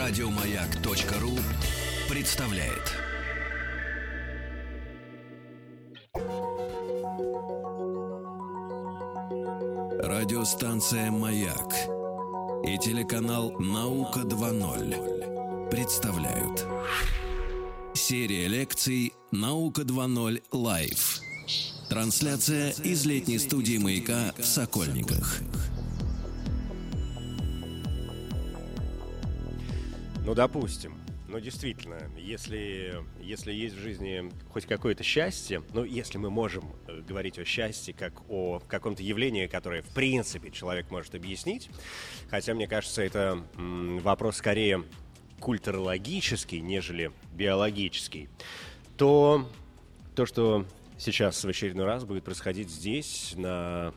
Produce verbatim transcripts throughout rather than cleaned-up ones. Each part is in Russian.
Радиомаяк.ру представляет. Радиостанция «Маяк» и телеканал «Наука два ноль» представляют. Серия лекций «Наука два ноль Лайв». Трансляция из летней студии «Маяка» в Сокольниках. Ну, допустим. Ну, действительно, если, если есть в жизни хоть какое-то счастье, ну, если мы можем говорить о счастье как о каком-то явлении, которое, в принципе, человек может объяснить, хотя, мне кажется, это м, вопрос скорее культурологический, нежели биологический, то то, что сейчас в очередной раз будет происходить здесь, на...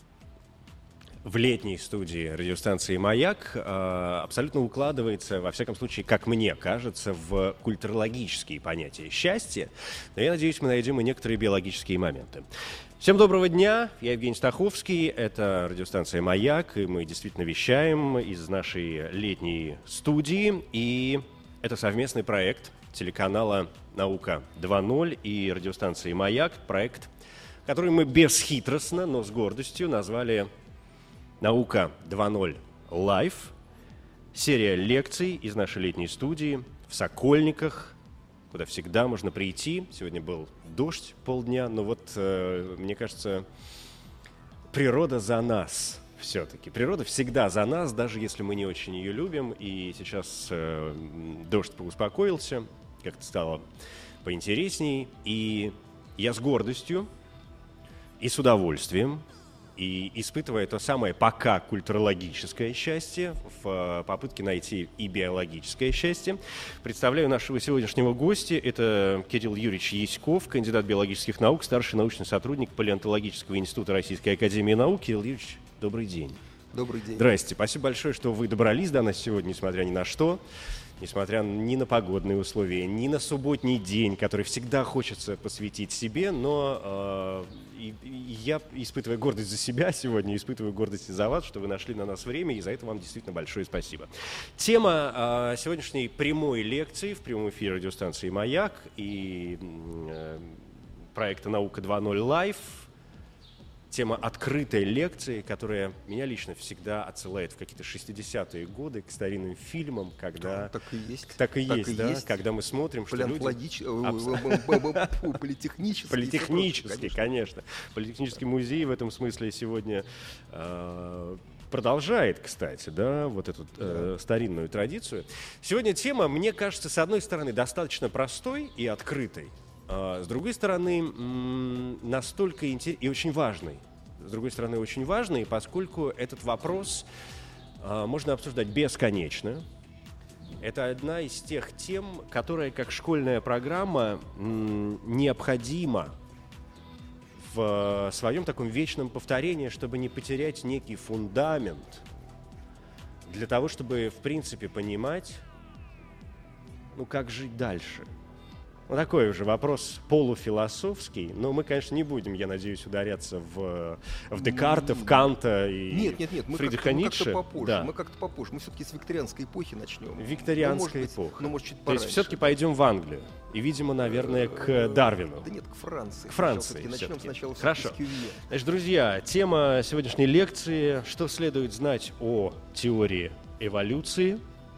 в летней студии радиостанции «Маяк», абсолютно укладывается, во всяком случае, как мне кажется, в культурологические понятия счастья. Но я надеюсь, мы найдем и некоторые биологические моменты. Всем доброго дня, я Евгений Стаховский, это радиостанция «Маяк», и мы действительно вещаем из нашей летней студии. И это совместный проект телеканала «Наука два ноль» и радиостанции «Маяк», проект, который мы бесхитростно, но с гордостью назвали «Наука два ноль Лайв», серия лекций из нашей летней студии в Сокольниках, куда всегда можно прийти. Сегодня был дождь полдня, но вот, э, мне кажется, природа за нас все-таки. Природа всегда за нас, даже если мы не очень ее любим. И сейчас э, дождь поуспокоился, как-то стало поинтересней. И я с гордостью и с удовольствием, и испытывая то самое пока культурологическое счастье в попытке найти и биологическое счастье, представляю нашего сегодняшнего гостя. Это Кирилл Юрьевич Яськов, кандидат биологических наук, старший научный сотрудник Палеонтологического института Российской академии наук. Кирилл Юрьевич, добрый день. Добрый день. Здрасте. Спасибо большое, что вы добрались до нас сегодня, несмотря ни на что. Несмотря ни на погодные условия, ни на субботний день, который всегда хочется посвятить себе, но э, и, и я, испытывая гордость за себя сегодня, испытываю гордость за вас, что вы нашли на нас время, и за это вам действительно большое спасибо. Тема э, сегодняшней прямой лекции в прямом эфире радиостанции «Маяк» и э, проекта «Наука два ноль Лайв». Тема открытой лекции, которая меня лично всегда отсылает в какие-то шестидесятые годы к старинным фильмам, когда... Так и есть. Так и так есть, и да, есть. Когда мы смотрим, что люди... Политехнический. Политехнический, конечно. Политехнический музей в этом смысле сегодня продолжает, кстати, да, вот эту э, старинную традицию. Сегодня тема, мне кажется, с одной стороны, достаточно простой и открытой, а с другой стороны, м- настолько интересной и очень важной. С другой стороны, очень важной, поскольку этот вопрос а, можно обсуждать бесконечно. Это одна из тех тем, которая, как школьная программа, м- необходима в своем таком вечном повторении, чтобы не потерять некий фундамент, для того, чтобы, в принципе, понимать, ну, как жить дальше. Ну, такой уже вопрос полуфилософский, но мы, конечно, не будем, я надеюсь, ударяться в, в Декарта, в Канта и нет, нет, нет, мы Фридриха как-то, Ницше. Мы как-то попозже, да. мы как-то попозже. Мы все-таки с викторианской эпохи начнем. Викторианская ну, эпоха. Ну, может, чуть То пораньше. есть все-таки пойдем в Англию. И, видимо, наверное, к Дарвину. Да нет, к Франции. К Франции Начнем все-таки. сначала Хорошо. с Кювье. Значит, друзья, тема сегодняшней лекции: что следует знать о теории эволюции.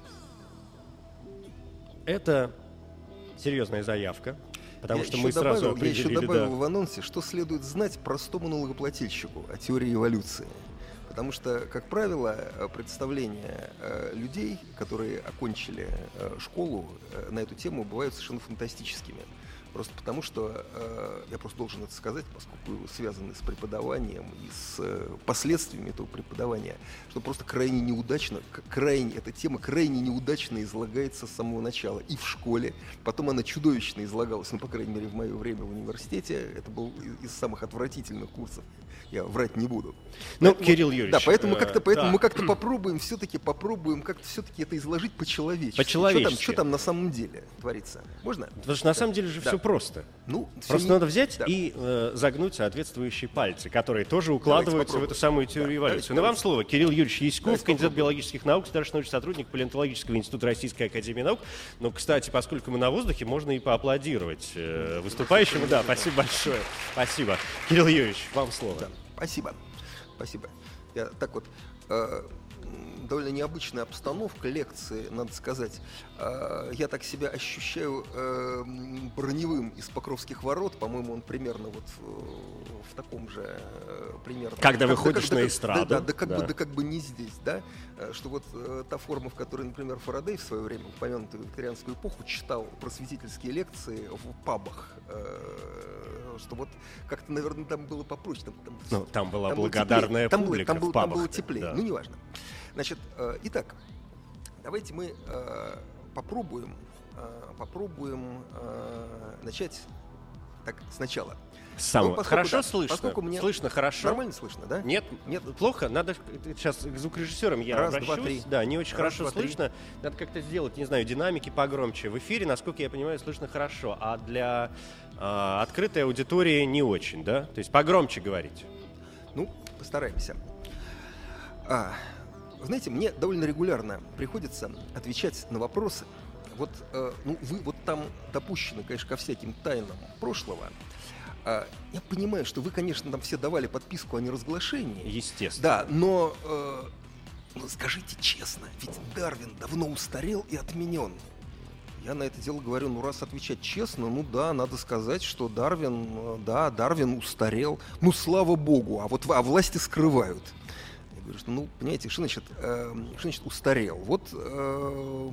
Это серьезная заявка. Потому я что еще мы добавил, сразу я еще определили, добавил да. в анонсе, что следует знать простому налогоплательщику о теории эволюции. Потому что, как правило, представления э, людей, которые окончили э, школу э, на эту тему, бывают совершенно фантастическими. Просто потому, что э, я просто должен это сказать, поскольку связаны с преподаванием и с э, последствиями этого преподавания, что просто крайне неудачно, крайне, эта тема крайне неудачно излагается с самого начала и в школе, потом она чудовищно излагалась, ну, по крайней мере, в мое время в университете, это был из, из самых отвратительных курсов, я врать не буду. Ну, поэтому, Кирилл Юрьевич. Да, поэтому, как-то, поэтому да. мы как-то попробуем, все-таки попробуем как-то все-таки это изложить по-человечески. По-человечески. Что там, что там на самом деле творится? Можно? Потому что на самом деле же да. все просто. Ну, Просто не... надо взять да. и э, загнуть соответствующие пальцы, которые тоже укладываются в эту самую теорию да, эволюции. Давайте, Ну, вам давайте. слово. Кирилл Юрьевич Яськов, кандидат попробуем. биологических наук, старший научный сотрудник Палеонтологического института Российской академии наук. Ну, кстати, поскольку мы на воздухе, можно и поаплодировать э, выступающему. Да, спасибо большое. Спасибо. Кирилл Юрьевич, вам слово. Да, спасибо. Спасибо. Я так вот... Э, довольно необычная обстановка лекции, надо сказать. Я так себя ощущаю броневым из Покровских ворот. По-моему, он примерно вот в таком же примерно. Когда как, выходишь да, на да, эстраду. Да, да, да, как да. Бы, да как бы не здесь, да? Что вот та форма, в которой, например, Фарадей в свое время, упомянутую викторианскую эпоху, читал просветительские лекции в пабах. Что вот как-то, наверное, там было попроще. Там, там, ну, там была там благодарная там публика было, там, в там было пабах. теплее, Да. ну неважно. Значит, э, итак, давайте мы э, попробуем, э, попробуем э, начать так сначала. Самого. Ну, хорошо да, слышно? Мне Слышно хорошо? Нормально слышно, да? Нет? Нет. Плохо? Надо сейчас к звукорежиссерам я Раз, обращусь. два, три. Да, не очень Раз, хорошо два, слышно. Три. Надо как-то сделать, не знаю, динамики погромче. В эфире, насколько я понимаю, слышно хорошо. А для а, открытой аудитории не очень, да? То есть погромче говорить. Ну, постараемся. А, знаете, мне довольно регулярно приходится отвечать на вопросы. Вот, э, ну, вы вот там допущены, конечно, ко всяким тайнам прошлого. А, я понимаю, что вы, конечно, там все давали подписку о неразглашении. Естественно. Да, но э, ну, скажите честно, ведь Дарвин давно устарел и отменен. Я на это дело говорю, ну раз отвечать честно, ну да, надо сказать, что Дарвин, да, Дарвин устарел. Ну слава богу, а вот а власти скрывают. Я говорю, что, ну, понимаете, что значит, э, что значит устарел? Вот э,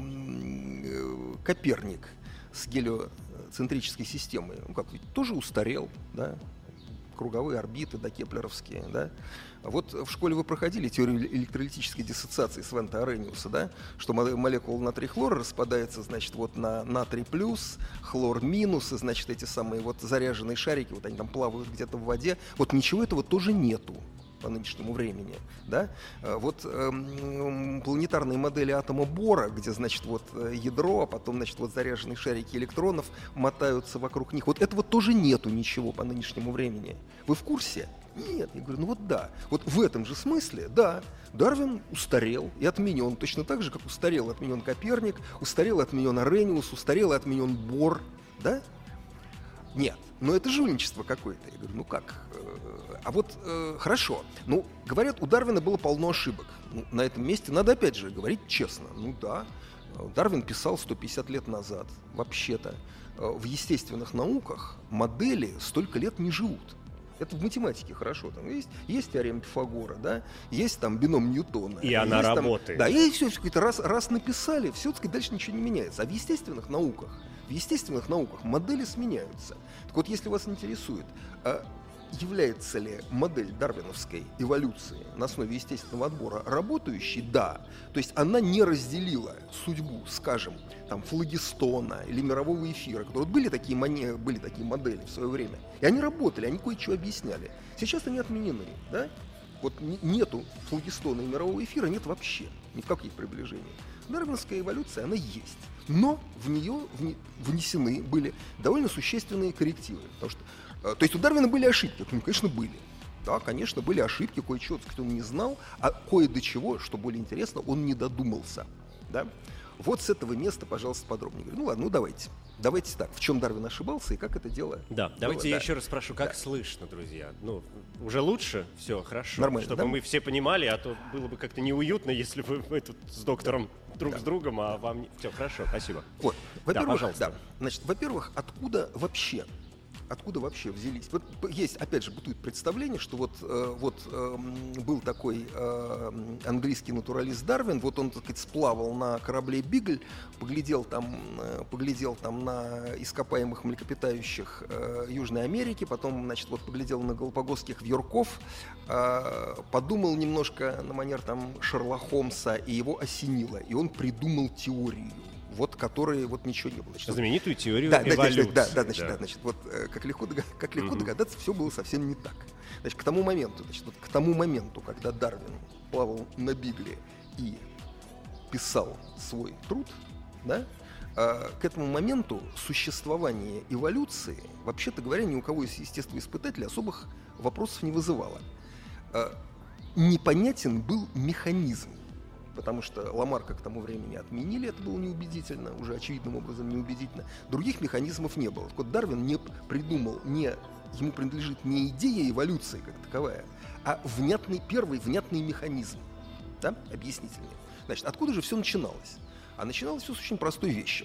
э, Коперник с гелиоцентрической системой, ну как, ведь тоже устарел, да, круговые орбиты, да, кеплеровские, да. Вот в школе вы проходили теорию электролитической диссоциации Свента Аррheniuса, да, что молекула натрий-хлора распадается, значит, вот на натрий плюс, хлор минус, и, значит, эти самые вот заряженные шарики, вот они там плавают где-то в воде. Вот ничего этого тоже нету по нынешнему времени, да. Вот эм, планетарные модели атома Бора, где, значит, вот ядро, а потом, значит, вот заряженные шарики электронов мотаются вокруг них. Вот этого тоже нету ничего по нынешнему времени. Вы в курсе? Нет. Я говорю, ну вот да. Вот в этом же смысле, да, Дарвин устарел и отменен. Точно так же, как устарел и отменен Коперник, устарел и отменен Аррhenius, устарел и отменен Бор, да? Нет. Но это жульничество какое-то. Я говорю, ну как? А вот э, хорошо. Ну, говорят, у Дарвина было полно ошибок. Ну, на этом месте надо опять же говорить честно. Ну да, Дарвин писал сто пятьдесят лет назад. Вообще-то в естественных науках модели столько лет не живут. Это в математике хорошо. Там есть, есть теорема Пифагора, да, есть там бином Ньютона. И она есть, работает. Там, да, и все, все раз, раз написали, все, так сказать, дальше ничего не меняется. А в естественных науках, в естественных науках модели сменяются. Так вот, если вас интересует, а является ли модель дарвиновской эволюции на основе естественного отбора работающей? Да. То есть она не разделила судьбу, скажем, там, флогистона или мирового эфира, которые были такие, мани... были такие модели в свое время. И они работали, они кое-что объясняли. Сейчас они отменены, да? Вот нету флогистона и мирового эфира, нет вообще, ни в каких приближениях. Дарвиновская эволюция, она есть. Но в нее внесены были довольно существенные коррективы. Потому что То есть у Дарвина были ошибки? Ну, конечно, были. Да, конечно, были ошибки, кое-чего он не знал, а кое до чего, что более интересно, он не додумался. Да? Вот с этого места, пожалуйста, подробнее. Говорю, ну ладно, ну давайте. Давайте так, в чем Дарвин ошибался и как это дело... Да, давайте было, я да. еще раз спрошу, как да. слышно, друзья? Ну, уже лучше? Все, хорошо. Нормально, Чтобы да? мы все понимали, а то было бы как-то неуютно, если бы мы тут с доктором да. друг да. с другом, а вам... Все, хорошо, спасибо. Вот, во-первых, да, пожалуйста. Да, значит, во-первых, откуда вообще... Откуда вообще взялись? Вот есть, опять же, бытует представление, что вот, э, вот э, был такой э, английский натуралист Дарвин, вот он, так сказать, сплавал на корабле «Бигль», поглядел там, э, поглядел там на ископаемых млекопитающих э, Южной Америки, потом, значит, вот поглядел на галапагосских вьюрков, э, подумал немножко на манер там Шерлока Холмса, и его осенило, и он придумал теорию. Вот, которые вот ничего не было. Значит, знаменитую теорию да, эволюции. Да, да, да, значит, да. да, значит, вот как легко, как легко Mm-hmm. догадаться, все было совсем не так. Значит, к тому моменту, значит, вот к тому моменту, когда Дарвин плавал на Бигле и писал свой труд, да, к этому моменту существование эволюции, вообще-то говоря, ни у кого из естествоиспытателей особых вопросов не вызывало. Непонятен был механизм, потому что Ламарка к тому времени отменили, это было неубедительно, уже очевидным образом неубедительно. Других механизмов не было. Так вот, Дарвин не придумал, не, ему принадлежит не идея эволюции как таковая, а внятный, первый внятный механизм, да, объяснительный. Значит, откуда же все начиналось? А начиналось все с очень простой вещи.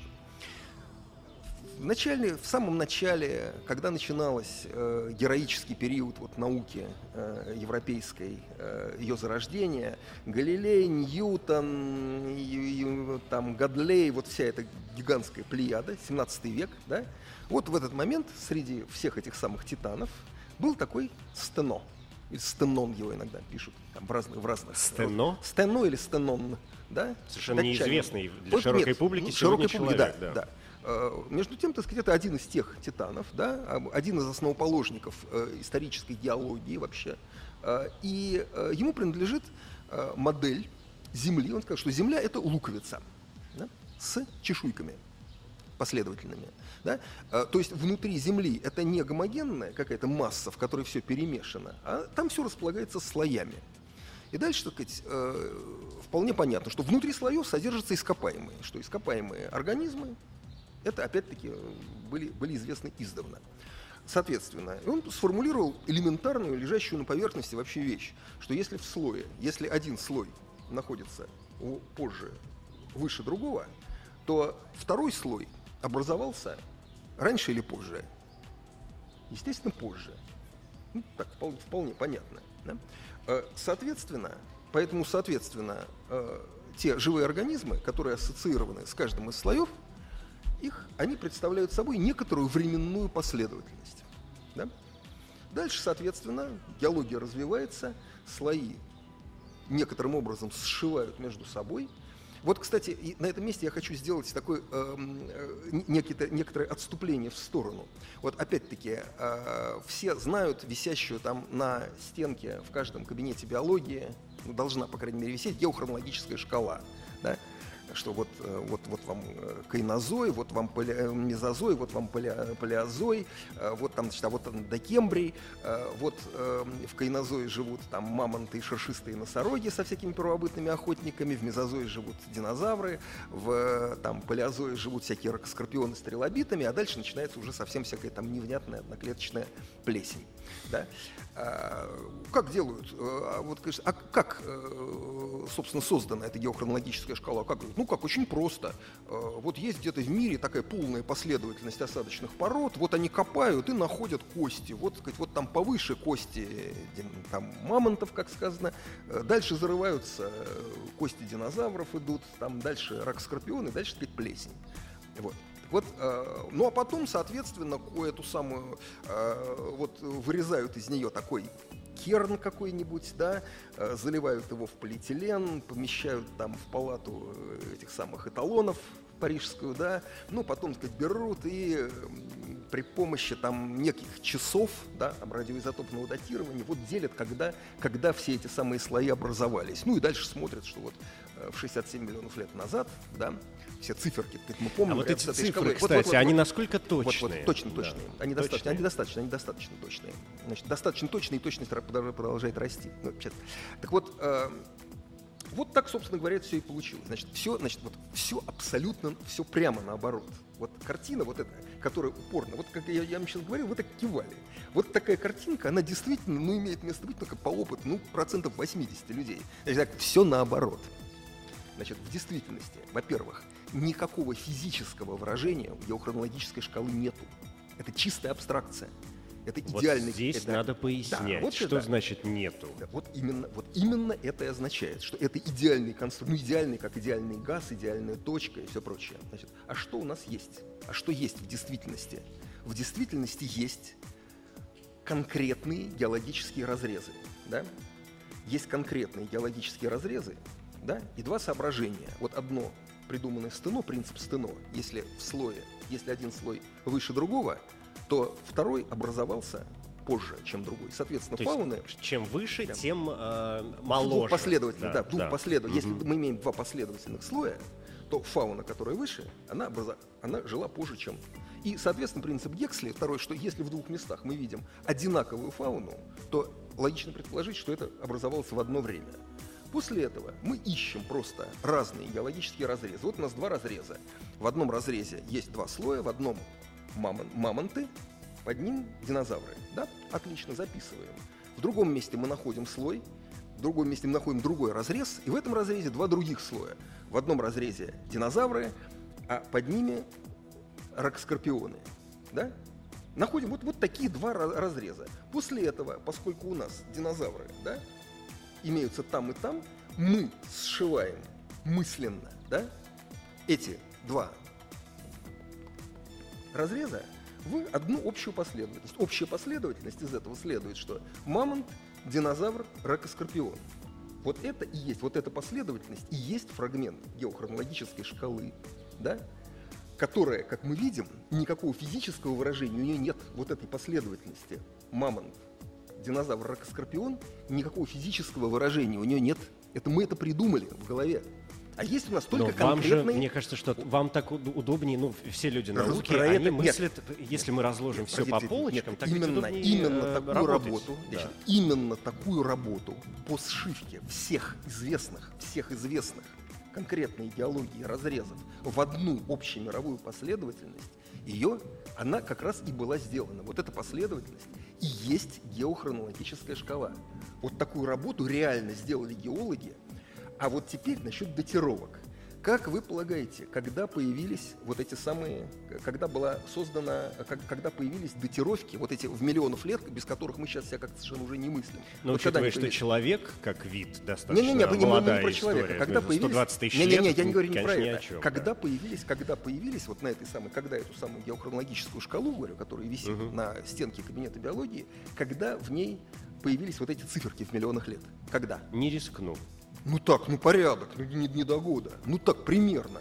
В начале, в самом начале, когда начинался э, героический период вот, науки э, европейской, э, ее зарождения, Галилей, Ньютон, и, и, там, Гадлей, вот вся эта гигантская плеяда, семнадцатый век, да, вот в этот момент среди всех этих самых титанов был такой Стено. Или Стенон его иногда пишут там, в разных, в разных. Стено? Стено или Стенон, да? Совершенно Датчанин. неизвестный для вот, широкой нет, публики ну, сегодня широкой человек. Публике, да, да. да. Uh, между тем, так сказать, это один из тех титанов, да, один из основоположников uh, исторической геологии вообще. Uh, и uh, ему принадлежит uh, модель Земли. Он сказал, что Земля — это луковица, да, с чешуйками последовательными. Да? А, то есть внутри Земли это не гомогенная какая-то масса, в которой все перемешано, а там все располагается слоями. И дальше, так сказать, э, вполне понятно, что внутри слоев содержатся ископаемые, что ископаемые организмы, это опять-таки были, были известны издавна. Соответственно, он сформулировал элементарную, лежащую на поверхности вообще вещь, что если в слое, если один слой находится позже, выше другого, то второй слой образовался раньше или позже? Естественно, позже. Ну, так, вполне, вполне понятно. Да? Соответственно, поэтому, соответственно, те живые организмы, которые ассоциированы с каждым из слоев, их, они представляют собой некоторую временную последовательность. Да? Дальше, соответственно, геология развивается, слои некоторым образом сшивают между собой. Вот, кстати, и на этом месте я хочу сделать такое э, э, некое, некоторое отступление в сторону. Вот опять-таки, э, все знают висящую там на стенке в каждом кабинете биологии, ну, должна, по крайней мере, висеть геохронологическая шкала. Да? Что вот, вот, вот вам кайнозой, вот вам поле, мезозой, вот вам поле, палеозой, вот там, значит, а вот там докембрий, вот э, в кайнозое живут там мамонты и шершистые носороги со всякими первобытными охотниками, в мезозое живут динозавры, в там, палеозое живут всякие ракоскорпионы с трилобитами, а дальше начинается уже совсем всякая там невнятная одноклеточная плесень. Да? А, как делают? А, вот, конечно, а как, собственно, создана эта геохронологическая шкала? Как? Ну, как, очень просто. Вот есть где-то в мире такая полная последовательность осадочных пород, вот они копают и находят кости. Вот, сказать, вот там повыше кости там, мамонтов, как сказано, дальше зарываются кости динозавров идут, там дальше ракоскорпионы, дальше, так сказать, плесень. Вот. Вот, э, ну а потом, соответственно, эту самую, э, вот вырезают из нее такой керн какой-нибудь, да, э, заливают его в полиэтилен, помещают там в палату этих самых эталонов парижскую, да, ну потом, так сказать, берут и э, при помощи там неких часов, да, там, радиоизотопного датирования, вот делят, когда, когда все эти самые слои образовались. Ну и дальше смотрят, что вот э, в шестьдесят семь миллионов лет назад, да, все циферки, так, мы помним. А вот эти цифры, шкалы. кстати, вот, вот, вот, они вот, насколько точные? Вот, вот, точно, точные. Да. Они, Точные? достаточно, они достаточно, они достаточно точные. Значит, достаточно точные, и точность продолжает расти. Ну, так вот, э, вот так, собственно говоря, это все и получилось. Значит, все, значит, вот все абсолютно, все прямо наоборот. Вот картина вот эта, которая упорно, вот как я, я вам сейчас говорил, вы так кивали. Вот такая картинка, она действительно, ну, имеет место быть только по опыту, ну, процентов восемьдесят людей. Значит, так, все наоборот. Значит, в действительности, во-первых, никакого физического выражения у геохронологической шкалы нету. Это чистая абстракция. Это идеальный... Вот здесь это, надо пояснять, да, вот что это, значит нету. Да, вот, именно, вот именно это и означает, что это идеальный конструкт, ну идеальный, как идеальный газ, идеальная точка и все прочее. Значит, а что у нас есть? А что есть в действительности? В действительности есть конкретные геологические разрезы. Да? Есть конкретные геологические разрезы, да? И два соображения. Вот одно придуманное Стено, принцип Стено. Если в слое, если один слой выше другого, то второй образовался позже, чем другой. Соответственно, то фауны... Чем выше, да, тем э, моложе. моложе. Двух последовательных, да, да, двух да. последовательных. Угу. Если мы имеем два последовательных слоя, то фауна, которая выше, она, образа... она жила позже, чем... И, соответственно, принцип Гексли, второй, что если в двух местах мы видим одинаковую фауну, то логично предположить, что это образовалось в одно время. После этого мы ищем просто разные геологические разрезы. Вот у нас два разреза. В одном разрезе есть два слоя, в одном мамон... мамонты, под ним динозавры. Да? Отлично, записываем. В другом месте мы находим слой, в другом месте мы находим другой разрез, и в этом разрезе два других слоя. В одном разрезе динозавры, а под ними ракоскорпионы. Да? Находим вот, вот такие два разреза. После этого, поскольку у нас динозавры, да, имеются там и там, мы сшиваем мысленно, да, эти два разреза в одну общую последовательность. Общая последовательность из этого следует, что мамонт, динозавр, ракоскорпион. Вот это и есть, вот эта последовательность и есть фрагмент геохронологической шкалы, да, которая, как мы видим, никакого физического выражения у нее нет, вот этой последовательности. Мамонт, динозавр, ракоскорпион, никакого физического выражения у нее нет. Это мы это придумали в голове. А есть у нас только Но вам конкретные... же, мне кажется, что вам так удобнее, ну, все люди науки, Про они это... мыслят, нет. если мы разложим Нет, все по подождите, полочкам, нет, так именно, ведь удобнее именно э, такую работать. работу, Да. значит, именно такую работу по сшивке всех известных, всех известных конкретной идеологии разрезов в одну общемировую последовательность, ее, она как раз и была сделана. Вот эта последовательность и есть геохронологическая шкала. Вот такую работу реально сделали геологи. А вот теперь насчет датировок. Как вы полагаете, когда появились вот эти самые, когда была создана, как, когда появились датировки, вот эти в миллионов лет, без которых мы сейчас себя как-то совершенно уже не мыслим? Но вот учитывая, что человек, как вид, достаточно не, не, не, вы не, молодая не про история, человека. Когда сто появились... двадцать тысяч не, не, не, лет, я не говорю не про конечно, это. ни о чем, когда да. появились, когда появились вот на этой самой, когда эту самую геохронологическую шкалу, говорю, которая висит Угу. на стенке кабинета биологии, когда в ней появились вот эти циферки в миллионах лет? Когда? Не рискну. Ну так, ну порядок, ну не, не до года. Ну так, примерно.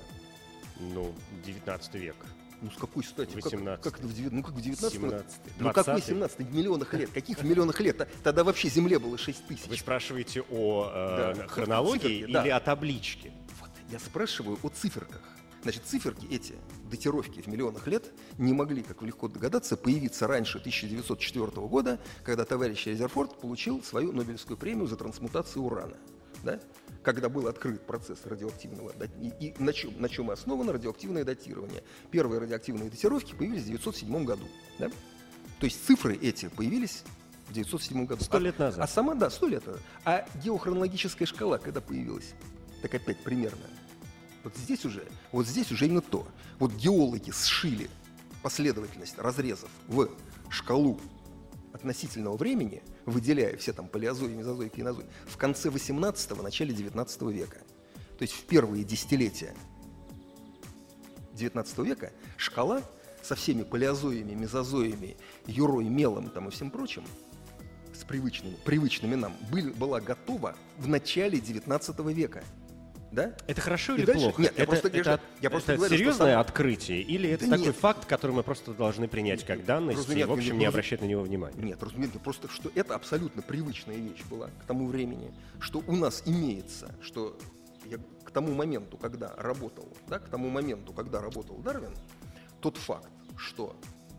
Ну, девятнадцатый век. Ну с какой стати? восемнадцатый. Как, как это в девятнадцатом? Ну как в девятнадцатом? семнадцатый. Ну как в двадцатый. восемнадцатом? В миллионах лет. Каких в миллионах лет? Тогда вообще Земле было шесть тысяч. Вы спрашиваете о э, Да. хронологии Циферки, да. или о табличке? Вот, я спрашиваю о циферках. Значит, циферки эти, датировки в миллионах лет, не могли, как вы легко догадаться, появиться раньше тысяча девятьсот четвёртого года, когда товарищ Резерфорд получил свою Нобелевскую премию за трансмутацию урана. Да? Когда был открыт процесс радиоактивного, и, и на, чем, на чем и основано радиоактивное датирование. Первые радиоактивные датировки появились в девятьсот седьмом году. Да? То есть цифры эти появились в девятьсот седьмом году. Сто лет назад. А, а сама, да, сто лет назад. А геохронологическая шкала когда появилась? Так опять примерно. Вот здесь уже, вот здесь уже именно то. Вот геологи сшили последовательность разрезов в шкалу относительного времени, выделяя все там палеозой, мезозой, кейнозой, в конце восемнадцатого, начале девятнадцатого века. То есть в первые десятилетия девятнадцатого века шкала со всеми палеозоями, мезозоями, юрой, мелом там и всем прочим, с привычными, привычными нам, был, была готова в начале девятнадцатого века. Да? Это хорошо И или дальше- плохо? Нет, я это, просто говорю, это, что- я просто это говорю, что серьезное сам- открытие или это Да такой нет. факт, который мы просто должны принять как данность и, разумеется, в общем, нет, не разу- обращать на него внимания? Нет, разумеется, просто что это абсолютно привычная вещь была к тому времени, что у нас имеется, что я, к тому моменту, когда работал, да, к тому моменту, когда работал Дарвин, тот факт, что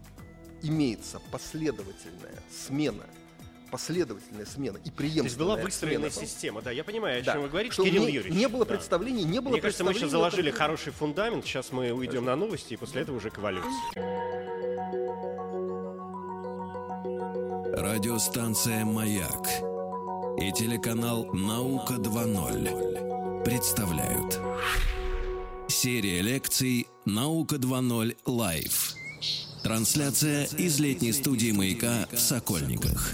имеется последовательная смена, последовательная смена и преемственная То есть была выстроенная смена, система, да, я понимаю, о да, чем вы говорите, что Кирилл не, Юрьевич. не было да. представлений, не было Мне кажется, мы сейчас представлений заложили о том, хороший фундамент, сейчас мы уйдем на новости, и после этого уже к эволюции. Радиостанция «Маяк» и телеканал «Наука два ноль» представляют. Серия лекций «Наука два ноль Лайв». Трансляция из летней студии «Маяка» в Сокольниках.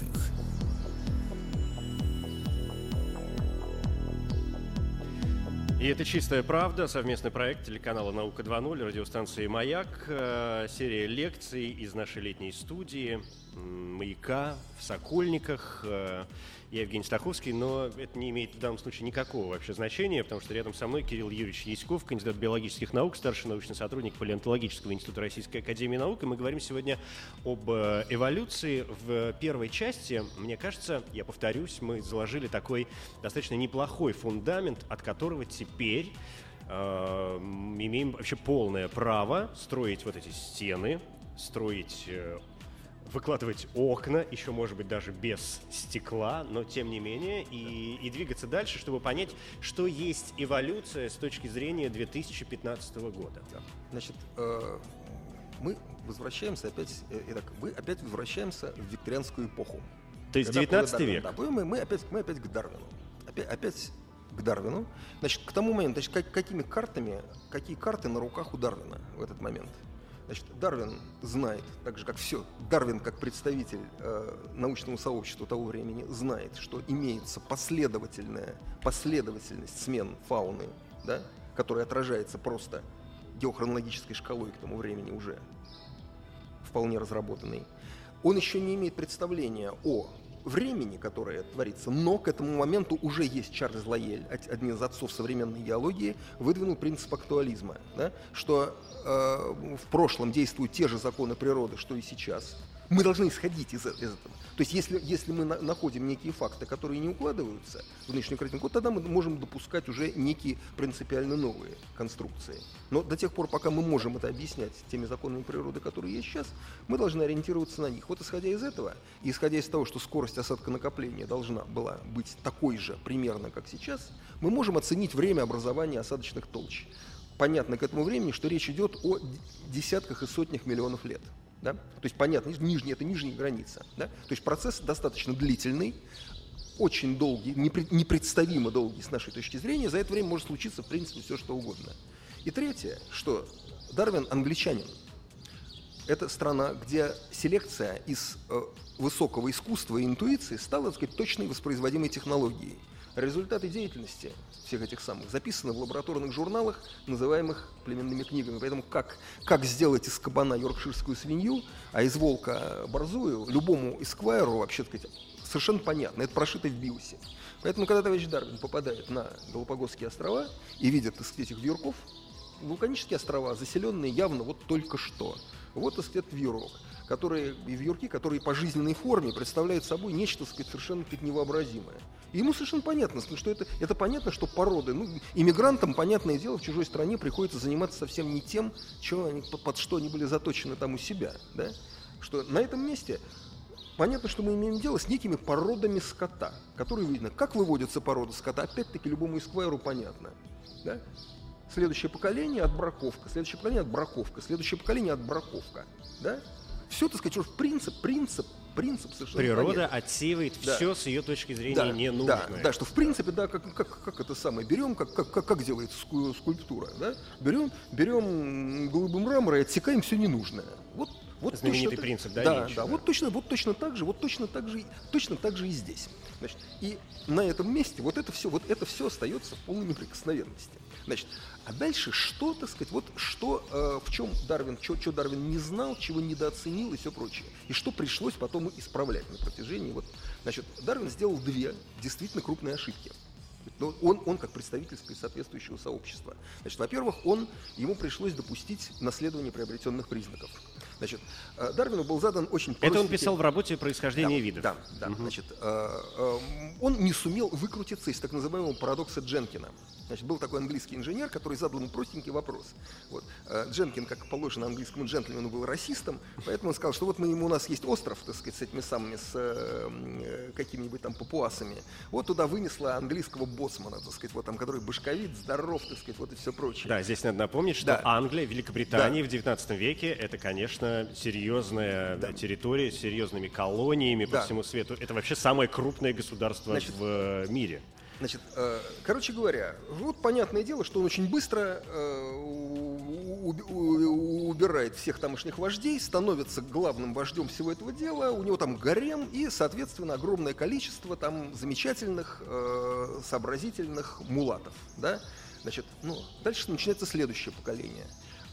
И это «Чистая правда», совместный проект телеканала «Наука два ноль», радиостанции «Маяк», э, серия лекций из нашей летней студии м, «Маяка» в Сокольниках. Э, я Евгений Стаховский, но это не имеет в данном случае никакого вообще значения, потому что рядом со мной Кирилл Юрьевич Яськов, кандидат биологических наук, старший научный сотрудник Палеонтологического института Российской академии наук. И мы говорим сегодня об э, эволюции. В первой части, мне кажется, я повторюсь, мы заложили такой достаточно неплохой фундамент, от которого теперь э, имеем вообще полное право строить вот эти стены, строить, э, выкладывать окна, еще, может быть, даже без стекла, но тем не менее, и, и двигаться дальше, чтобы понять, что есть эволюция с точки зрения две тысячи пятнадцатого года. Значит, э, мы возвращаемся опять, э, итак, мы опять возвращаемся в викторианскую эпоху. То есть девятнадцатый век. Да, мы, мы, опять, мы опять к Дарвину. Опять, опять к Дарвину. Значит, к тому моменту, значит, как, какими картами, какие карты на руках у Дарвина в этот момент? Значит, Дарвин знает, так же как все, Дарвин как представитель э, научного сообщества того времени знает, что имеется последовательная последовательность смен фауны, да, которая отражается просто геохронологической шкалой к тому времени уже вполне разработанной. Он еще не имеет представления о времени, которое творится, но к этому моменту уже есть Чарльз Лайель, один из отцов современной геологии, выдвинул принцип актуализма, да, что э, в прошлом действуют те же законы природы, что и сейчас. Мы должны исходить из, из этого. То есть если, если мы на, находим некие факты, которые не укладываются в нынешнюю картинку, тогда мы можем допускать уже некие принципиально новые конструкции. Но до тех пор, пока мы можем это объяснять теми законами природы, которые есть сейчас, мы должны ориентироваться на них. Вот исходя из этого, и исходя из того, что скорость осадка накопления должна была быть такой же примерно, как сейчас, мы можем оценить время образования осадочных толщ. Понятно к этому времени, что речь идет о десятках и сотнях миллионов лет. Да? То есть, понятно, нижняя, это нижняя граница. Да? То есть процесс достаточно длительный, очень долгий, непред, непредставимо долгий с нашей точки зрения. За это время может случиться, в принципе, все что угодно. И третье, что Дарвин англичанин. Это страна, где селекция из э, высокого искусства и интуиции стала, так сказать, точной воспроизводимой технологией. Результаты деятельности всех этих самых записаны в лабораторных журналах, называемых племенными книгами. Поэтому как, как сделать из кабана йоркширскую свинью, а из волка борзую, любому эсквайру, вообще сказать, совершенно понятно. Это прошито в биосе. Поэтому, когда товарищ Дарвин попадает на Галапагосские острова и видит, так сказать, этих вьюрков, вулканические острова, заселенные явно вот только что. Вот, так сказать, вьюрок, которые, и вьюрки, которые по жизненной форме представляют собой нечто, так сказать, совершенно так невообразимое. И ему совершенно понятно, что это, это понятно, что породы, ну, иммигрантам, понятное дело, в чужой стране приходится заниматься совсем не тем, что они, под, под что они были заточены там у себя, да? Что на этом месте понятно, что мы имеем дело с некими породами скота, которые видно, как выводятся породы скота, опять-таки любому эсквайру понятно, да? Следующее поколение — отбраковка, следующее поколение — отбраковка, следующее поколение — отбраковка, да? Все, так сказать, принцип, принцип, принцип совершенно Природа понятен. Отсеивает да. все с ее точки зрения да, ненужное. Да, да, что в принципе, да, как, как, как это самое, берем, как, как, как, как делается скульптура, да? Берем, берем голубый мрамор и отсекаем все ненужное. Вот, вот знаменитый точно, принцип, да? Да, Ильич, да, да, вот точно, вот точно так же, вот точно так же, точно так же и здесь. Значит, и на этом месте вот это все, вот это все остается в полной неприкосновенности. Значит, а дальше что, так сказать, вот что, э, в чем Дарвин, что Дарвин не знал, чего недооценил и все прочее. И что пришлось потом исправлять на протяжении. Вот, значит, Дарвин сделал две действительно крупные ошибки. Он, он как представитель соответствующего сообщества. Значит, во-первых, он, ему пришлось допустить наследование приобретенных признаков. Значит, Дарвину был задан очень простенький... Это он писал в работе «Происхождение да, видов». Да, да. Угу. Значит, он не сумел выкрутиться из так называемого парадокса Дженкина. Значит, был такой английский инженер, который задал ему простенький вопрос. Вот. Дженкин, как положено английскому джентльмену, был расистом, поэтому он сказал, что вот мы, у нас есть остров, так сказать, с этими самыми, с э, какими-нибудь там папуасами. Вот туда вынесла английского боцмана, так сказать, вот там, который башковит, здоров, так сказать, вот и все прочее. Да, здесь надо напомнить, что да. Англия, Великобритания да. в девятнадцатом веке — это, конечно, серьезная да. территория с серьезными колониями да. по всему свету. Это вообще самое крупное государство Значит, в мире. Значит, э, короче говоря, вот понятное дело, что он очень быстро э, убирает всех тамошних вождей, становится главным вождем всего этого дела, у него там гарем и, соответственно, огромное количество там замечательных, э, сообразительных мулатов, да? Значит, ну, дальше начинается следующее поколение.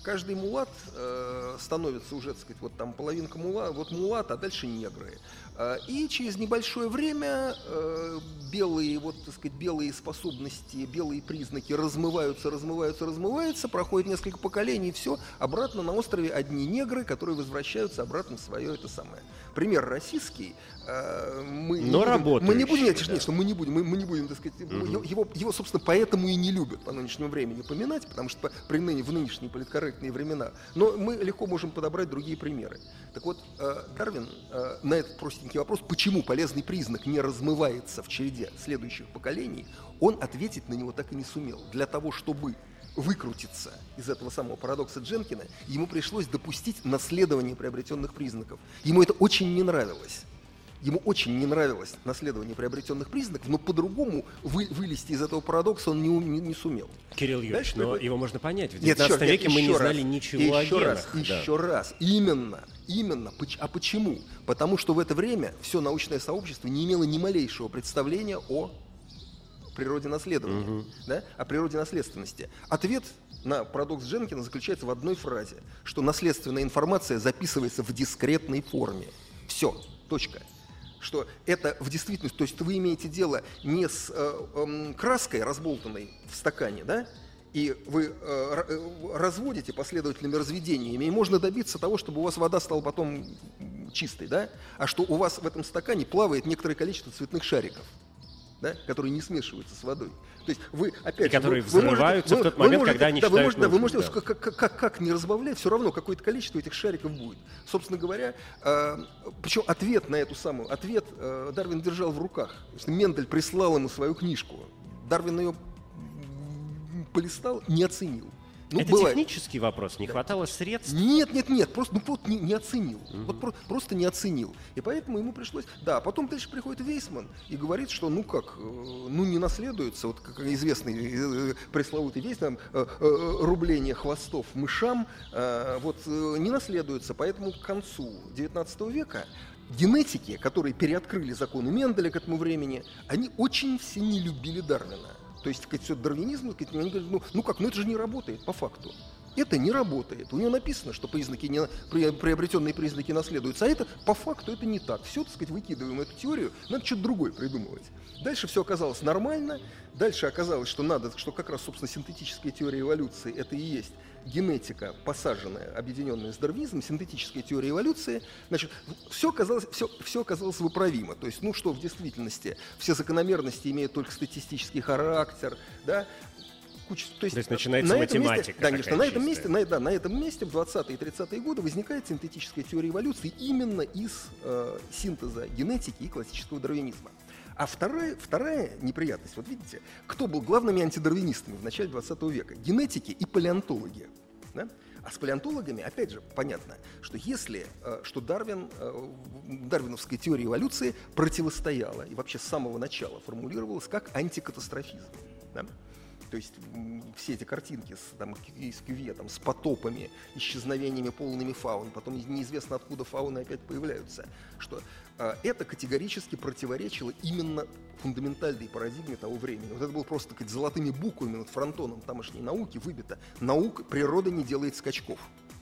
каждый мулат э, становится уже, так сказать, вот там половинка мула, вот мулат, а дальше негры. Э, и через небольшое время э, белые, вот, так сказать, белые способности, белые признаки размываются, размываются, размываются, проходит несколько поколений, и все, обратно на острове одни негры, которые возвращаются обратно в свое это самое. Пример российский. Э, мы Но не будем, мы не будем, нет, да. нет, что мы не будем, мы, мы не будем, так сказать, угу. его, его, собственно, поэтому и не любят по нынешнему времени поминать, потому что по, при ныне, в нынешние политкорректные времена. Но мы легко можем подобрать другие примеры. Так вот, э, Дарвин э, на этот простенький вопрос, почему полезный признак не размывается в череде следующих поколений, он ответить на него так и не сумел. Для того, чтобы выкрутиться из этого самого парадокса Дженкина, ему пришлось допустить наследование приобретенных признаков. Ему это очень не нравилось. Ему очень не нравилось наследование приобретенных признаков, но по-другому вы, вылезти из этого парадокса он не, не, не сумел. Кирилл Юрьевич, но приходит... его можно понять. В нет, девятнадцатом нет, веке мы не раз, знали ничего о еще генах. Раз, да. еще раз, именно, именно. А почему? Потому что в это время все научное сообщество не имело ни малейшего представления о природе наследования, угу. да? О природе наследственности. Ответ на парадокс Дженкина заключается в одной фразе, что наследственная информация записывается в дискретной форме. Все, точка. Что это в действительности, то есть вы имеете дело не с э, э, краской, разболтанной в стакане, да, и вы э, разводите последовательными разведениями, и можно добиться того, чтобы у вас вода стала потом чистой, да, а что у вас в этом стакане плавает некоторое количество цветных шариков, да, которые не смешиваются с водой. То есть вы, опять и же, которые вы, взрываются вы можете, в тот момент, можете, когда они да, считают вы можете, да, вы можете нужным, да. как, как, как, как не разбавлять, все равно какое-то количество этих шариков будет. Собственно говоря, э, причем ответ на эту самую, ответ э, Дарвин держал в руках. Мендель прислал ему свою книжку. Дарвин ее полистал, не оценил. Ну, это бывает. Технический вопрос, не да. хватало средств? Нет, нет, нет, просто, ну, просто не, не оценил. Угу. Вот про, просто не оценил. И поэтому ему пришлось... Да, потом дальше приходит Вейсман и говорит, что ну как, ну не наследуется, вот как известный э, пресловутый Вейсман, э, э, рубление хвостов мышам, э, вот э, не наследуется, поэтому к концу девятнадцатого века генетики, которые переоткрыли законы Менделя к этому времени, они очень все не любили Дарвина. То есть, сказать, все дарвинизм, сказать, они говорят, ну, ну как, ну это же не работает по факту. Это не работает. У него написано, что признаки не, приобретенные признаки наследуются, а это по факту это не так. Все, так сказать, выкидываем эту теорию, надо что-то другое придумывать. Дальше все оказалось нормально. Дальше оказалось, что надо, что как раз, собственно, синтетическая теория эволюции это и есть генетика, посаженная, объединенная с дарвинизмом, синтетическая теория эволюции. Значит, все оказалось, все, все оказалось выправимо. То есть, ну что в действительности, все закономерности имеют только статистический характер, да. Куча, то, есть, то есть начинается на математика. Месте, конечно, на этом, месте, на, да, на этом месте в двадцатые и тридцатые годы возникает синтетическая теория эволюции именно из э, синтеза генетики и классического дарвинизма. А вторая, вторая неприятность, вот видите, кто был главными антидарвинистами в начале двадцатого века? Генетики и палеонтологи. Да? А с палеонтологами, опять же, понятно, что если, что Дарвин, дарвиновская теория эволюции противостояла и вообще с самого начала формулировалась как антикатастрофизм. Да? То есть все эти картинки с, там, из Кювье, там, с потопами, исчезновениями полными фаун, потом неизвестно откуда фауны опять появляются, что э, это категорически противоречило именно фундаментальной парадигме того времени. Вот это было просто, так сказать, золотыми буквами над фронтоном тамошней науки выбито. Наука, природа не делает скачков.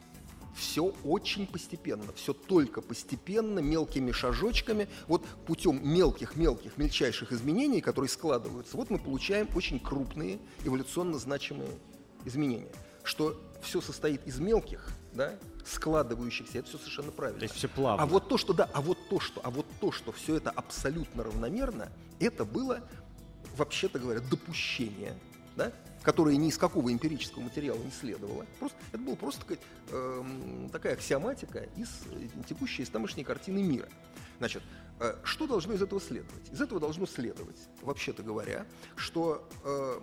Все очень постепенно, все только постепенно, мелкими шажочками, вот путем мелких-мелких, мельчайших изменений, которые складываются, вот мы получаем очень крупные эволюционно значимые изменения. Что все состоит из мелких, да, складывающихся, это все совершенно правильно. То есть все плавно. А вот то, что, да, а вот то, что, а вот то, что все это абсолютно равномерно, это было, вообще-то говоря, допущение, да, которое ни из какого эмпирического материала не следовало. Просто, это была просто такая, э, такая аксиоматика, из, текущая из тамошней картины мира. Значит, э, что должно из этого следовать? Из этого должно следовать, вообще-то говоря, что э,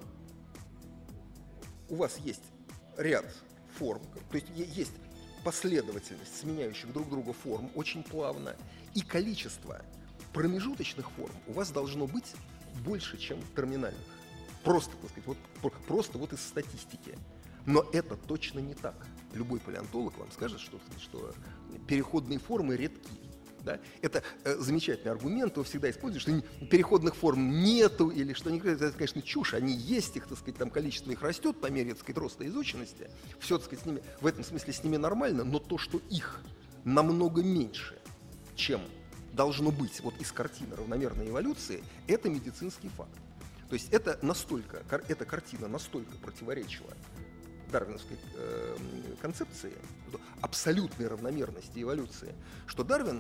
у вас есть ряд форм, то есть есть последовательность сменяющих друг друга форм очень плавно, и количество промежуточных форм у вас должно быть больше, чем терминальных. Просто, так сказать, вот, просто вот из статистики. Но это точно не так. Любой палеонтолог вам скажет, что, что переходные формы редки. Да? Это э, замечательный аргумент, его всегда используют, что переходных форм нету, или что они говорят, это, конечно, чушь, они есть, их, так сказать, там количество их растет по мере, так сказать, роста изученности, все, так сказать, с ними, в этом смысле с ними нормально, но то, что их намного меньше, чем должно быть вот из картины равномерной эволюции, это медицинский факт. То есть это настолько, эта картина настолько противоречила дарвиновской э, концепции, абсолютной равномерности эволюции, что Дарвин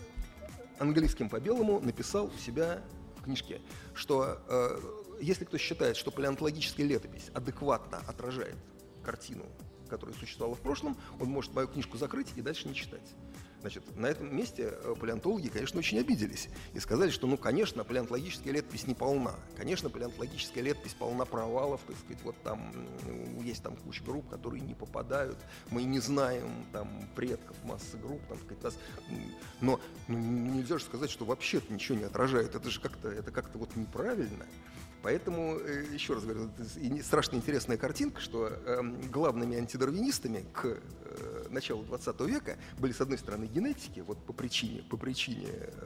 английским по белому написал у себя в книжке, что э, если кто считает, что палеонтологическая летопись адекватно отражает картину, которая существовала в прошлом, он может мою книжку закрыть и дальше не читать. Значит, на этом месте палеонтологи, конечно, очень обиделись и сказали, что, ну, конечно, палеонтологическая летопись не полна. Конечно, палеонтологическая летопись полна провалов, так сказать, вот там есть там куча групп, которые не попадают, мы не знаем там предков массы групп, там, так сказать, нас... но ну, нельзя же сказать, что вообще это ничего не отражает, это же как-то, это как-то вот неправильно. Поэтому, еще раз говорю, страшно интересная картинка, что э, главными антидарвинистами к э, началу двадцатого века были, с одной стороны, генетики, вот по причине, по причине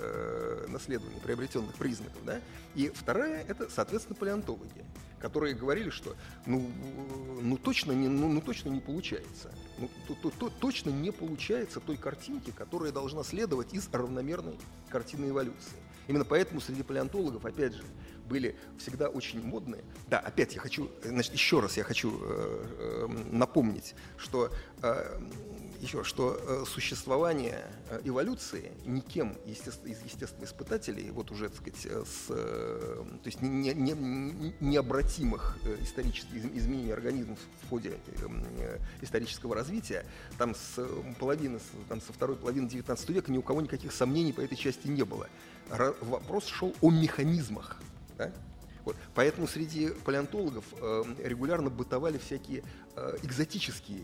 э, наследования приобретенных признаков, да, и вторая — это, соответственно, палеонтологи, которые говорили, что ну, ну, точно, не, ну, ну точно не получается, ну, то, то, то, точно не получается той картинки, которая должна следовать из равномерной картины эволюции. Именно поэтому среди палеонтологов, опять же, были всегда очень модные. Да, опять я хочу, значит, еще раз я хочу э, э, напомнить, что, э, еще, что э, существование э, эволюции никем естественно, из естественных испытателей, вот уже, так сказать, с, э, то есть не, не, не, необратимых э, исторических изменений организмов в ходе э, исторического развития, там с половины, там со второй половины девятнадцатого века ни у кого никаких сомнений по этой части не было. Р- вопрос шел о механизмах. Да? Вот. Поэтому среди палеонтологов э, регулярно бытовали всякие э, экзотические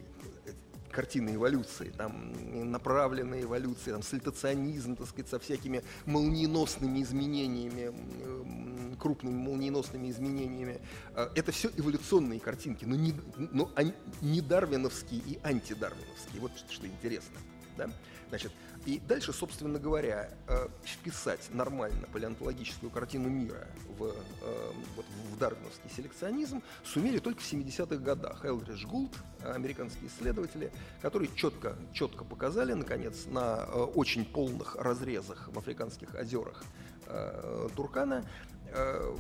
картины эволюции, там, направленные эволюции, там, сальтационизм, так сказать, со всякими молниеносными изменениями, э, крупными молниеносными изменениями. Э, это все эволюционные картинки, но не, но они, не дарвиновские и антидарвиновские. Вот что, что интересно. Да? Значит, и дальше, собственно говоря, э, вписать нормально палеонтологическую картину мира в, э, вот, в дарвиновский селекционизм сумели только в семидесятых годах. Элдридж Гулд, американские исследователи, которые четко, четко показали, наконец, на э, очень полных разрезах в африканских озерах э, Туркана, э,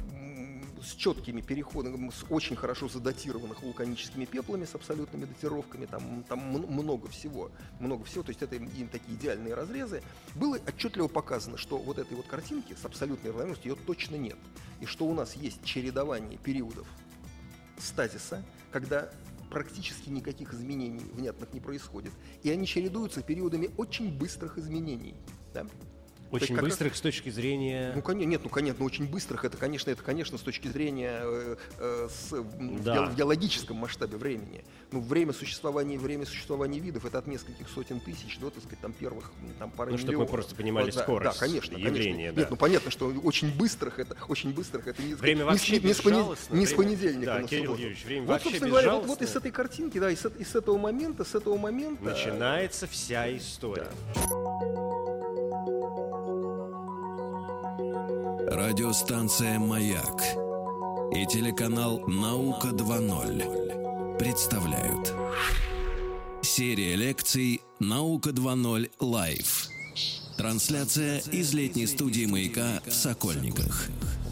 с четкими переходами, с очень хорошо задатированных вулканическими пеплами, с абсолютными датировками, там, там много всего, много всего, то есть это им такие идеальные разрезы, было отчетливо показано, что вот этой вот картинки с абсолютной равномерностью ее точно нет, и что у нас есть чередование периодов стазиса, когда практически никаких изменений внятных не происходит, и они чередуются периодами очень быстрых изменений, да? Очень быстрых раз... с точки зрения... Ну, конечно, нет, ну, конечно, но очень быстрых, это, конечно, это, конечно, с точки зрения э, э, с, да. в геологическом масштабе времени. Ну, время существования, время существования видов — это от нескольких сотен тысяч до, так сказать, там, первых там, пары ну, миллионов. чтобы мы просто понимали вот, да, скорость да, конечно, явления. Конечно. Да. Нет, ну, понятно, что очень быстрых, это очень быстрых, это не, время не, вообще не, не, с, понед... не с время... понедельника да, на Кирилл субботу. Юрьевич, время вот, вообще собственно говоря, вот, безжалостное. вот из этой картинки, да, и с, и с этого момента, с этого момента... начинается вся история. Да. Радиостанция «Маяк» и телеканал «Наука два ноль» представляют. Серия лекций «Наука два ноль Лайв». Трансляция из летней студии «Маяка» в Сокольниках.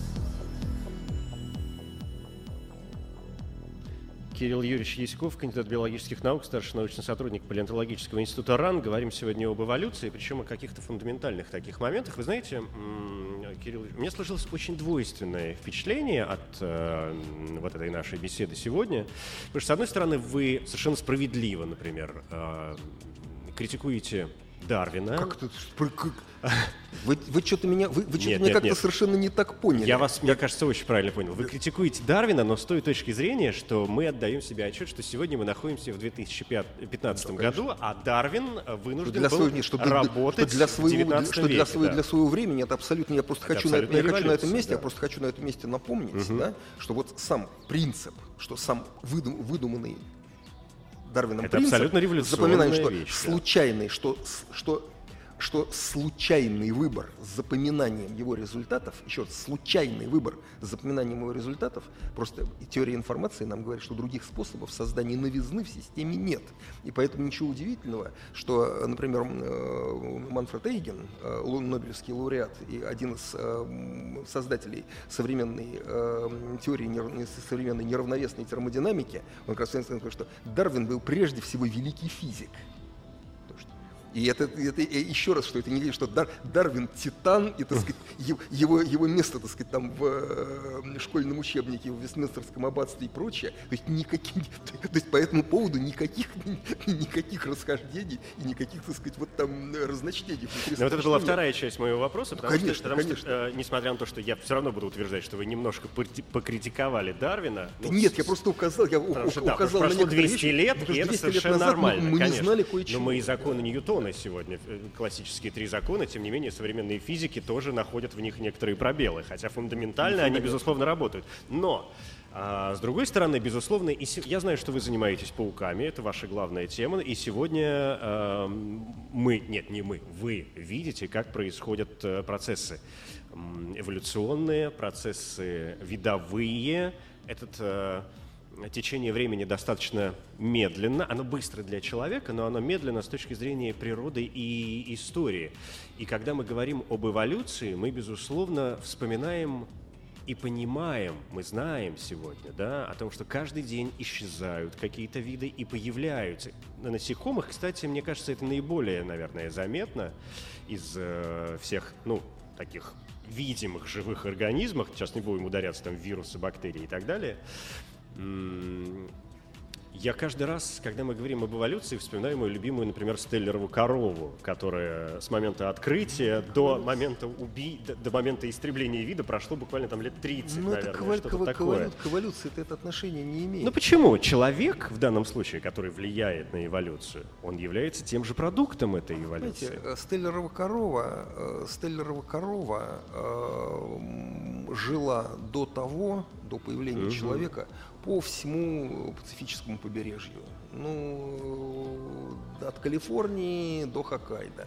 Кирилл Юрьевич Яськов, кандидат биологических наук, старший научный сотрудник палеонтологического института РАН. Говорим сегодня об эволюции, причем о каких-то фундаментальных таких моментах. Вы знаете, Кирилл, у меня сложилось очень двойственное впечатление от э, вот этой нашей беседы сегодня. Потому что, с одной стороны, вы совершенно справедливо, например, э, критикуете Дарвина. Как это? Вы, вы что-то меня, вы, вы что-то нет, меня нет, как-то нет. совершенно не так поняли. Я вас, мне кажется, очень правильно понял. Вы критикуете Дарвина, но с той точки зрения, что мы отдаем себе отчет, что сегодня мы находимся в две тысячи пятнадцатом да, году, а Дарвин вынужден для был своего, что работать что для своего, в девятнадцатом что веке. Для, своего, да. для своего времени это абсолютно, я просто это хочу, на, я хочу на этом месте, да. я просто хочу на этом месте напомнить, угу. да, что вот сам принцип, что сам выдум, выдуманный Дарвином это принцип, абсолютно революционная запоминаем, что вещь, случайный, да. что, что что случайный выбор с запоминанием его результатов, еще раз, случайный выбор с запоминанием его результатов, просто теория информации нам говорит, что других способов создания новизны в системе нет. И поэтому ничего удивительного, что, например, Манфред Эйген, нобелевский лауреат и один из создателей современной теории, современной неравновесной термодинамики, он как раз сказал, что Дарвин был прежде всего великий физик. И это, это еще раз, что это не что Дар, Дарвин титан, и, так сказать, его, его место, так сказать, там в э, школьном учебнике, в Вестминстерском аббатстве и прочее. То есть, никаких, то есть по этому поводу никаких, никаких расхождений и никаких, так сказать, вот там разночтений. Но вот это была вторая часть моего вопроса, потому, конечно, что, потому конечно. что, э, несмотря на то, что я все равно буду утверждать, что вы немножко покритиковали Дарвина. Ну, нет, я просто указал, я потому что, указал да, на некоторые вещи. прошло двести лет, и это совершенно назад нормально, мы, мы конечно. Не знали кое-чего. Но мы и законы Ньютона сегодня, классические три закона, тем не менее современные физики тоже находят в них некоторые пробелы, хотя фундаментально они, безусловно, работают. Но, а, с другой стороны, безусловно, и се... я знаю, что вы занимаетесь пауками, это ваша главная тема, и сегодня а, мы, нет, не мы, вы видите, как происходят а, процессы эволюционные, процессы видовые, этот... А, течение времени достаточно медленно, оно быстро для человека, но оно медленно с точки зрения природы и истории. И когда мы говорим об эволюции, мы, безусловно, вспоминаем и понимаем, мы знаем сегодня, да, о том, что каждый день исчезают какие-то виды и появляются. На насекомых, кстати, мне кажется, это наиболее, наверное, заметно из э, всех, ну, таких видимых живых организмов. Сейчас не будем ударяться там в вирусы, бактерии и так далее. Я каждый раз, когда мы говорим об эволюции, вспоминаю мою любимую, например, Стеллерову корову, которая с момента открытия до момента, уби... до момента истребления вида прошло буквально там лет тридцать, ну, наверное, это что-то к, такое. К эволюции это отношения не имеет. Ну почему? Человек, в данном случае, который влияет на эволюцию, он является тем же продуктом этой эволюции. Знаете, Стеллерова корова, Стеллерова корова э, жила до того, до появления угу. человека, по всему пацифическому побережью. Ну, от Калифорнии до Хоккайдо.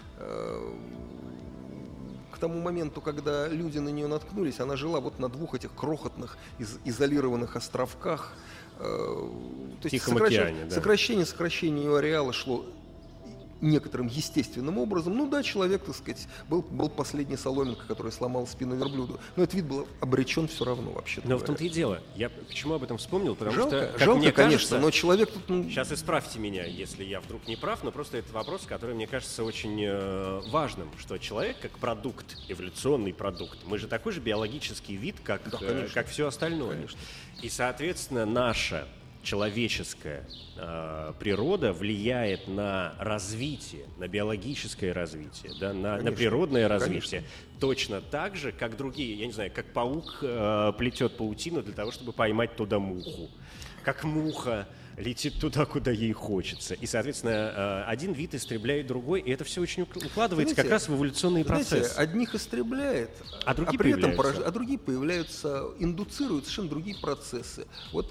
К тому моменту, когда люди на нее наткнулись, она жила вот на двух этих крохотных из- изолированных островках. То есть сокращение, океане, да. сокращение, сокращение ее ареала шло некоторым естественным образом. Ну да, человек, так сказать, был, был последний соломинка, который сломал спину верблюду. Но этот вид был обречен все равно вообще-то. Но в том-то и дело. Я почему об этом вспомнил? Потому жалко, что, как жалко, мне конечно, кажется, но человек тут... Ну... Сейчас исправьте меня, если я вдруг не прав, но просто это вопрос, который мне кажется очень э, важным, что человек как продукт, эволюционный продукт, мы же такой же биологический вид, как, да, э, как все остальное. Конечно. И, соответственно, наша человеческая э, природа влияет на развитие, на биологическое развитие, да, на, на природное развитие, конечно. Точно так же, как другие. Я не знаю, как паук э, плетет паутину для того, чтобы поймать туда муху, как муха летит туда, куда ей хочется. И, соответственно, один вид истребляет другой, и это все очень укладывается, знаете, как раз в эволюционный процесс. Знаете, одних истребляет, а, другие, а, при этом порож... а другие появляются, индуцируют совершенно другие процессы. Вот,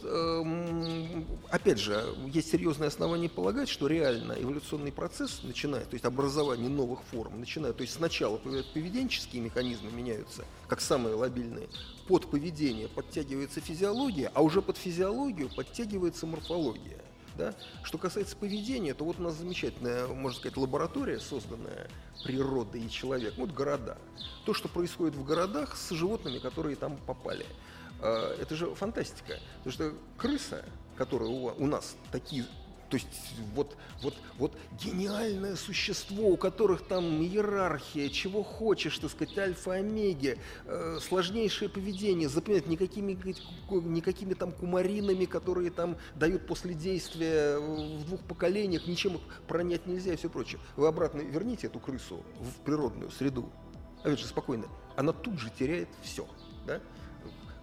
эм, опять же, есть серьезные основания полагать, что реально эволюционный процесс начинает, то есть образование новых форм, начинает, то есть сначала поведенческие механизмы меняются, как самые лобильные, под поведение подтягивается физиология, а уже под физиологию подтягивается морфология. Да? Что касается поведения, то вот у нас замечательная, можно сказать, лаборатория, созданная природой и человеком, вот города. То, что происходит в городах с животными, которые там попали. Это же фантастика. Потому что крыса, которая у нас такие... То есть вот, вот, вот гениальное существо, у которых там иерархия, чего хочешь, так сказать, альфа-омеги, э, сложнейшее поведение, запоминать никакими, никакими там кумаринами, которые там дают после действия в двух поколениях, ничем их пронять нельзя и все прочее. Вы обратно верните эту крысу в природную среду, опять же спокойно, она тут же теряет все, да?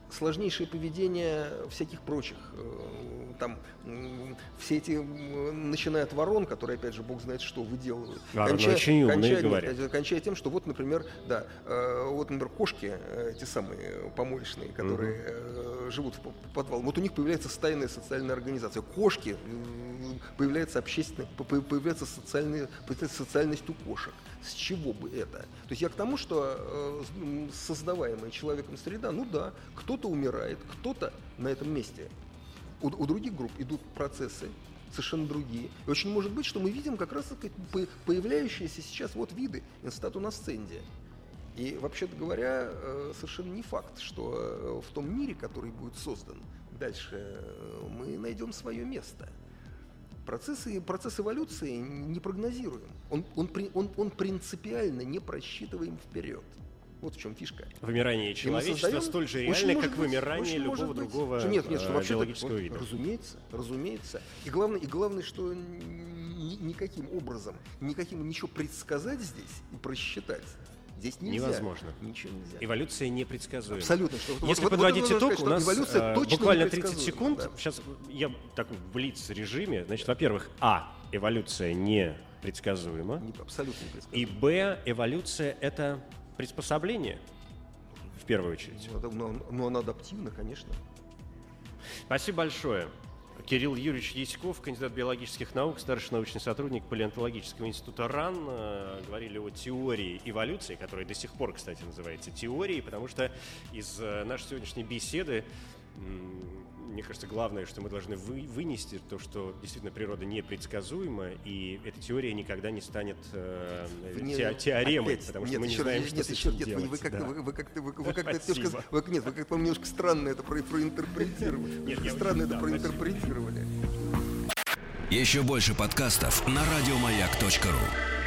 сложнейшее поведение всяких прочих. Там все эти, начиная от ворон, которые, опять же, бог знает, что выделывают. Вороны кончая, очень умные, кончая, говорят. Нет, кончая тем, что вот, например, да, вот, например, кошки, те самые помоечные, которые uh-huh. живут в подвале, вот у них появляется стайная социальная организация. Кошки, появляется общественная, появляется социальная, появляется социальность у кошек. С чего бы это? То есть я к тому, что создаваемая человеком среда, ну да, кто-то умирает, кто-то на этом месте. У, у других групп идут процессы совершенно другие. И очень может быть, что мы видим как раз появляющиеся сейчас вот виды инстатунасцендия. И, вообще-то говоря, совершенно не факт, что в том мире, который будет создан, дальше мы найдем свое место. Процессы, процесс эволюции не прогнозируем. Он, он, он, он принципиально не просчитываем вперед. Вот в чем фишка. Вымирание человечества столь же реально, как вымирание любого другого нет, нет, что биологического вида. Разумеется, разумеется. И главное, и главное, что ни, никаким образом, никаким ничего предсказать здесь и просчитать здесь нельзя. Невозможно. Ничего нельзя. Эволюция непредсказуема. Абсолютно. Что, Если вот, подводить вот, итог, сказать, у нас эволюция э, буквально тридцать секунд. Да. Сейчас я так в блиц-режиме. Значит, во-первых, а. Эволюция непредсказуема. Не, абсолютно непредсказуема. И б. Эволюция — это приспособление, в первую очередь. Ну, ну, ну, она адаптивна, конечно. Спасибо большое. Кирилл Юрьевич Яськов, кандидат биологических наук, старший научный сотрудник Палеонтологического института РАН. Говорили о теории эволюции, которая до сих пор, кстати, называется теорией, потому что из нашей сегодняшней беседы, мне кажется, главное, что мы должны вы, вынести, то, что действительно природа непредсказуема, и эта теория никогда не станет э, не, те, теоремой, опять, потому нет, что мы не еще, знаем, нет, что нет, с еще, этим нет, делать. Вы как-то, да. вы, вы как-то, вы, вы как-то немножко, вы, нет, вы как-то немножко странно это про, проинтерпретировали. Нет, я странно это да, проинтерпретировали. Еще больше подкастов на радиомаяк точка ру.